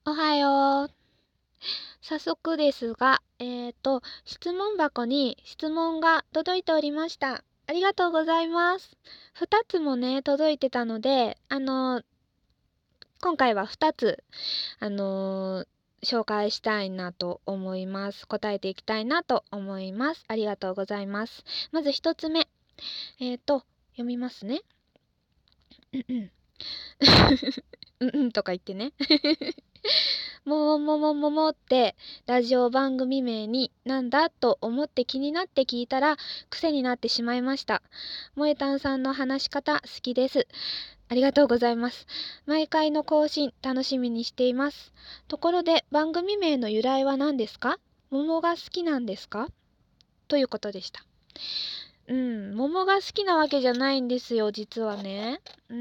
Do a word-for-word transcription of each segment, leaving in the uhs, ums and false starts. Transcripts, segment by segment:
おはよう。早速ですが、えっと、質問箱に質問が届いておりました。ありがとうございます。ふたつもね、届いてたので、あの、今回はふたつ、あの、紹介したいなと思います。答えていきたいなと思います。ありがとうございます。まずひとつめ。えっと、読みますね。うんうん。うんうんとか言ってね。もももももってラジオ番組名になんだと思って気になって聞いたら癖になってしまいました。萌えたんさんの話し方好きです。ありがとうございます。毎回の更新楽しみにしています。ところで番組名の由来は何ですか？桃が好きなんですか？ということでした。うん、桃が好きなわけじゃないんですよ、実はね。うん、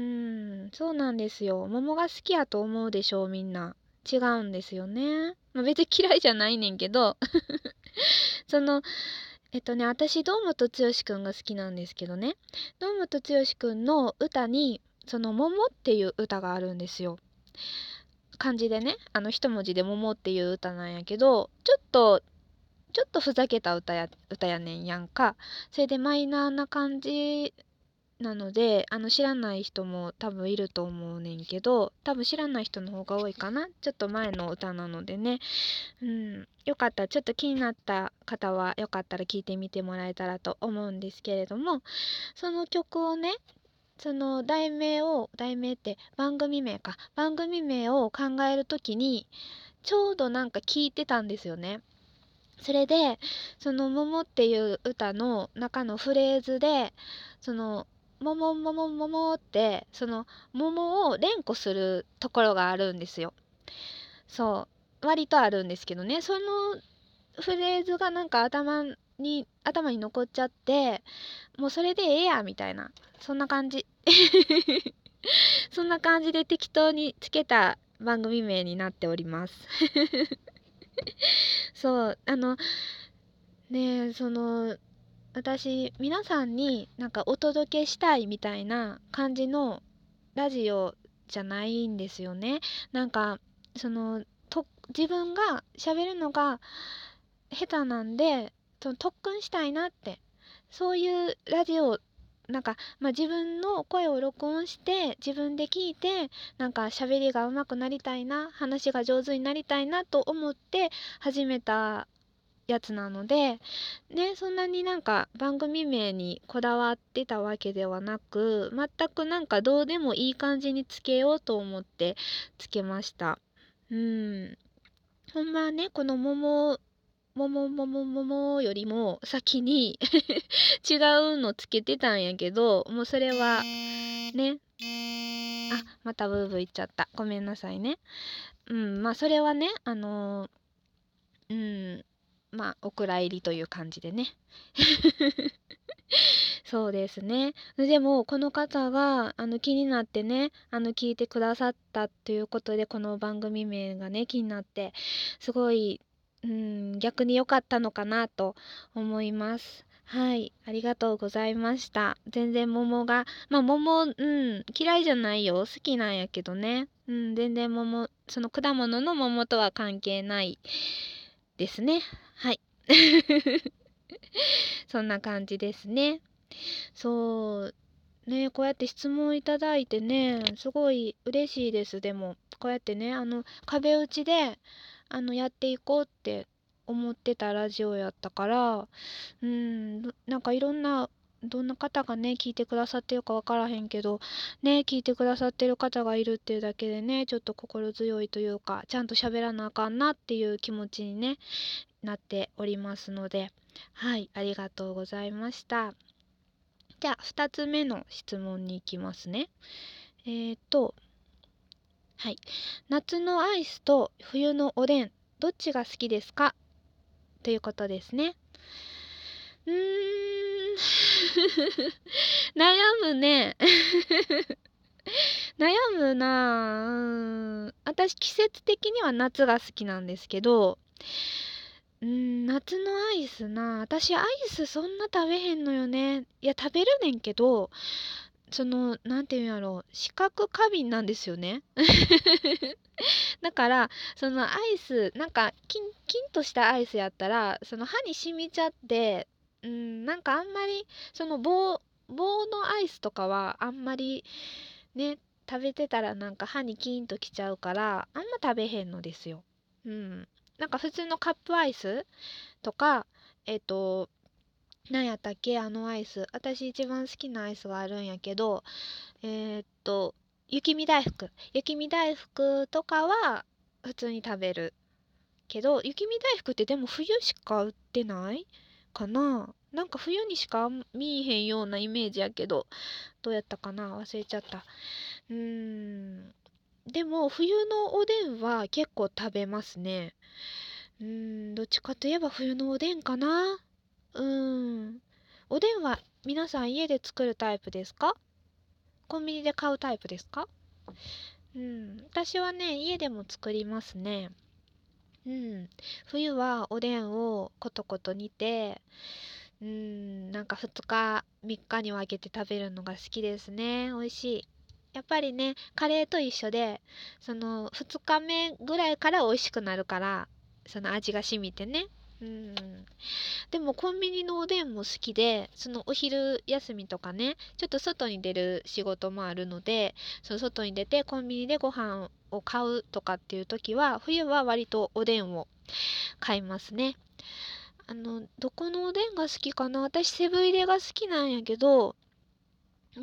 そうなんですよ。桃が好きやと思うでしょう、みんな。違うんですよね。まあ、別に嫌いじゃないねんけど、その、えっとね、私、堂本剛くんが好きなんですけどね、堂本剛くんの歌に、その、桃っていう歌があるんですよ。漢字でね、あの、一文字で桃っていう歌なんやけど、ちょっと、ちょっとふざけた歌や、歌やねんやんか。それでマイナーな感じなので、あの、知らない人も多分いると思うねんけど、多分知らない人の方が多いかな。ちょっと前の歌なのでね。うん。よかったら、ちょっと気になった方は、よかったら聞いてみてもらえたらと思うんですけれども、その曲をね、その題名を、題名って番組名か。番組名を考えるときに、ちょうどなんか聞いてたんですよね。それで、その桃っていう歌の中のフレーズで、その、桃桃桃って、その桃を連呼するところがあるんですよ。そう。割とあるんですけどね。そのフレーズがなんか頭に、頭に残っちゃって、もうそれでええや、みたいな。そんな感じ。そんな感じで適当につけた番組名になっております。そう、あの、ねえ、その、私、皆さんになんかお届けしたいみたいな感じのラジオじゃないんですよね。なんか、その、と、自分が喋るのが下手なんで、その特訓したいなって、そういうラジオ、なんか、まあ、自分の声を録音して自分で聞いてなんか喋りが上手くなりたいな、話が上手になりたいなと思って始めたやつなので、ね、そんなになんか番組名にこだわってたわけではなく、全くなんかどうでもいい感じにつけようと思ってつけました。うん。ほんまはね、この桃、桃桃桃よりも先に違うのつけてたんやけど、もうそれはね、あ、またブーブー言っちゃった。ごめんなさいね。うん、まあそれはね、あのーうん、まあお蔵入りという感じでね。そうですね。でも、この方が、あの、気になってね、あの、聞いてくださったということで、この番組名がね、気になって、すごい、うん、逆に良かったのかなと思います。はい。ありがとうございました。全然桃が、まあ桃、うん、嫌いじゃないよ。好きなんやけどね。うん、全然桃、その果物の桃とは関係ないですね。はい。そんな感じですね。そう、ね、こうやって質問いただいてね、すごい嬉しいです。でも、こうやってね、あの、壁打ちで、あの、やっていこうって思ってたラジオやったから、うん、どなんかいろんな、どんな方がね、聞いてくださってるかわからへんけど、ね、聞いてくださってる方がいるっていうだけでね、ちょっと心強いというか、ちゃんと喋らなあかんなっていう気持ちにね、なっておりますので、はい、ありがとうございました。じゃあ、二つ目の質問に行きますね。えーと、はい。夏のアイスと冬のおでん、どっちが好きですか？ということですね。うーん。悩むね。悩むなぁ。うーん。私、季節的には夏が好きなんですけど、うーん、夏のアイスなぁ。私、アイスそんな食べへんのよね。いや、食べるねんけど、その、なんていうんやろう、視覚過敏なんですよね。だから、そのアイス、なんか、キン、キンとしたアイスやったら、その歯に染みちゃって、うん、なんかあんまり、その棒、棒のアイスとかはあんまりね、食べてたらなんか歯にキーンときちゃうから、あんま食べへんのですよ。うん。なんか普通のカップアイスとか、えっと、なんやったっけあのアイス。私一番好きなアイスがあるんやけど、えーっと、雪見大福。雪見大福とかは普通に食べる。けど、雪見大福ってでも冬しか売ってないかな。なんか冬にしか見えへんようなイメージやけど、どうやったかな忘れちゃった。うーん。でも、冬のおでんは結構食べますね。うーん、どっちかといえば冬のおでんかな。うーん。おでんは皆さん家で作るタイプですか？コンビニで買うタイプですか？うん。私はね、家でも作りますね。うん。冬はおでんをコトコト煮て、うん、なんかふつか、みっかに分けて食べるのが好きですね。美味しい。やっぱりね、カレーと一緒で、そのふつかめぐらいから美味しくなるから、その味が染みてね。うん。でもコンビニのおでんも好きで、そのお昼休みとかね、ちょっと外に出る仕事もあるので、その外に出てコンビニでご飯を買うとかっていう時は、冬は割とおでんを買いますね。あの、どこのおでんが好きかな。私セブン入れが好きなんやけど、うん。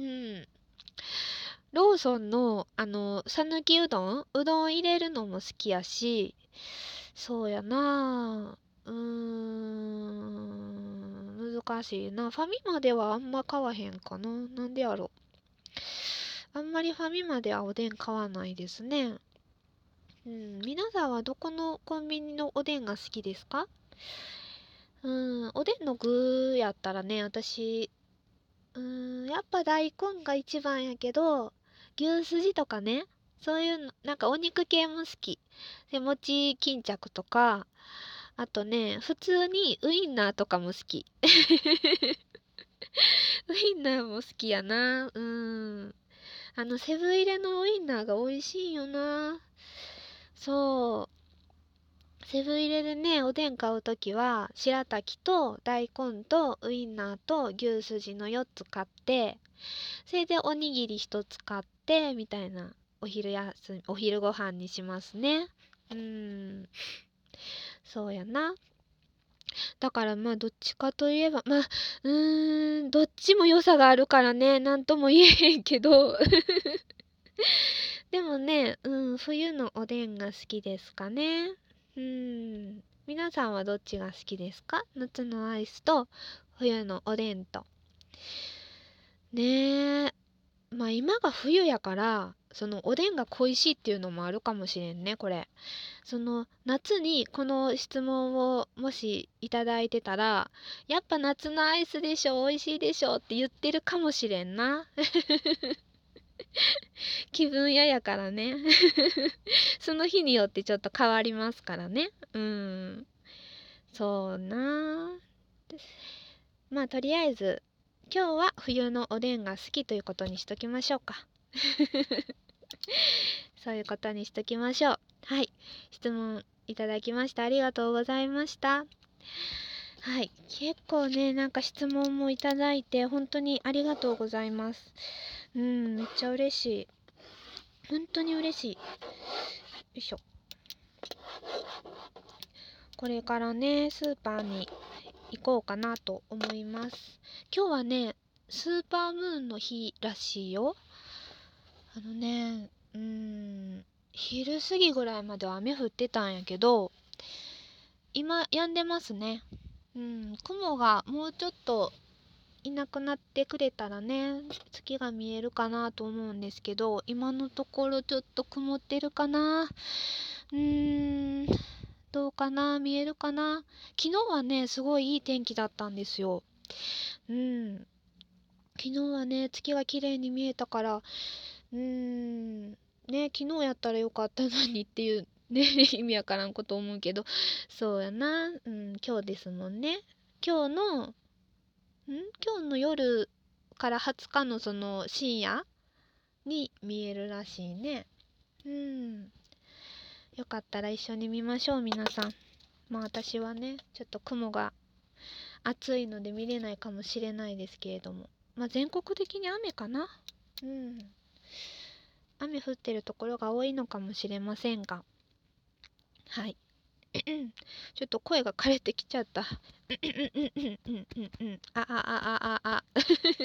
ローソンの、あの、さぬきうどんうどん入れるのも好きやし、そうやなうーん、難しいな。ファミマではあんま買わへんかな。なんでやろ。あんまりファミマではおでん買わないですね。うん、皆さんはどこのコンビニのおでんが好きですか？うん、おでんの具やったらね、私、うーん、やっぱ大根が一番やけど、牛すじとかね、そういうの、なんかお肉系も好き。で、餅巾着とか、あとね、普通にウインナーとかも好き。ウインナーも好きやな。うん。あの、セブン入れのウインナーが美味しいよな。そう。セブン入れでね、おでん買うときは、白滝と大根とウインナーと牛すじのよっつ買って、それでおにぎりひとつ買って、みたいな、お昼やす、お昼ご飯にしますね。うーん。そうやな。だからまあどっちかといえば、まあ、うーん、どっちも良さがあるからね、なんとも言えへんけど。でもね、うん、冬のおでんが好きですかね。うん。皆さんはどっちが好きですか？夏のアイスと冬のおでんと。ねえ。まあ今が冬やから、そのおでんが恋しいっていうのもあるかもしれんね、これ。その夏にこの質問をもしいただいてたら、やっぱ夏のアイスでしょ、美味しいでしょって言ってるかもしれんな。気分屋やからね。その日によってちょっと変わりますからね。うん。そうな。まあとりあえず、今日は冬のおでんが好きということにしときましょうか。そういうことにしときましょう。はい。質問いただきましてありがとうございました。はい。結構ね、なんか質問もいただいて、本当にありがとうございます。うん、めっちゃ嬉しい。本当に嬉しい。よいしょ。これからね、スーパーに行こうかなと思います。今日はね、スーパームーンの日らしいよ。あのね、うーん、昼過ぎぐらいまでは雨降ってたんやけど、今、止んでますね。うん、雲がもうちょっといなくなってくれたらね、月が見えるかなと思うんですけど、今のところちょっと曇ってるかな。うーん、どうかな、見えるかな。昨日はね、すごいいい天気だったんですよ。うん、昨日はね、月が綺麗に見えたから、うーん、ね、昨日やったらよかったのにっていう、ね、意味わからんこと思うけど、そうやな、うん、今日ですもんね。今日の、ん今日の夜からはつかのその深夜に見えるらしいね。うん。いよかったら一緒に見ましょう、皆さん。まあ私はね、ちょっと雲が暑いので見れないかもしれないですけれども。まあ全国的に雨かな。うん。雨降ってるところが多いのかもしれませんが。はい。ちょっと声が枯れてきちゃった。あ、あ、あ、あ、あ、あ。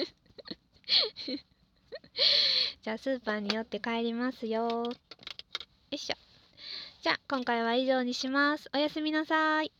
じゃあスーパーに寄って帰りますよ。よいしょ。じゃあ今回は以上にします。おやすみなさい。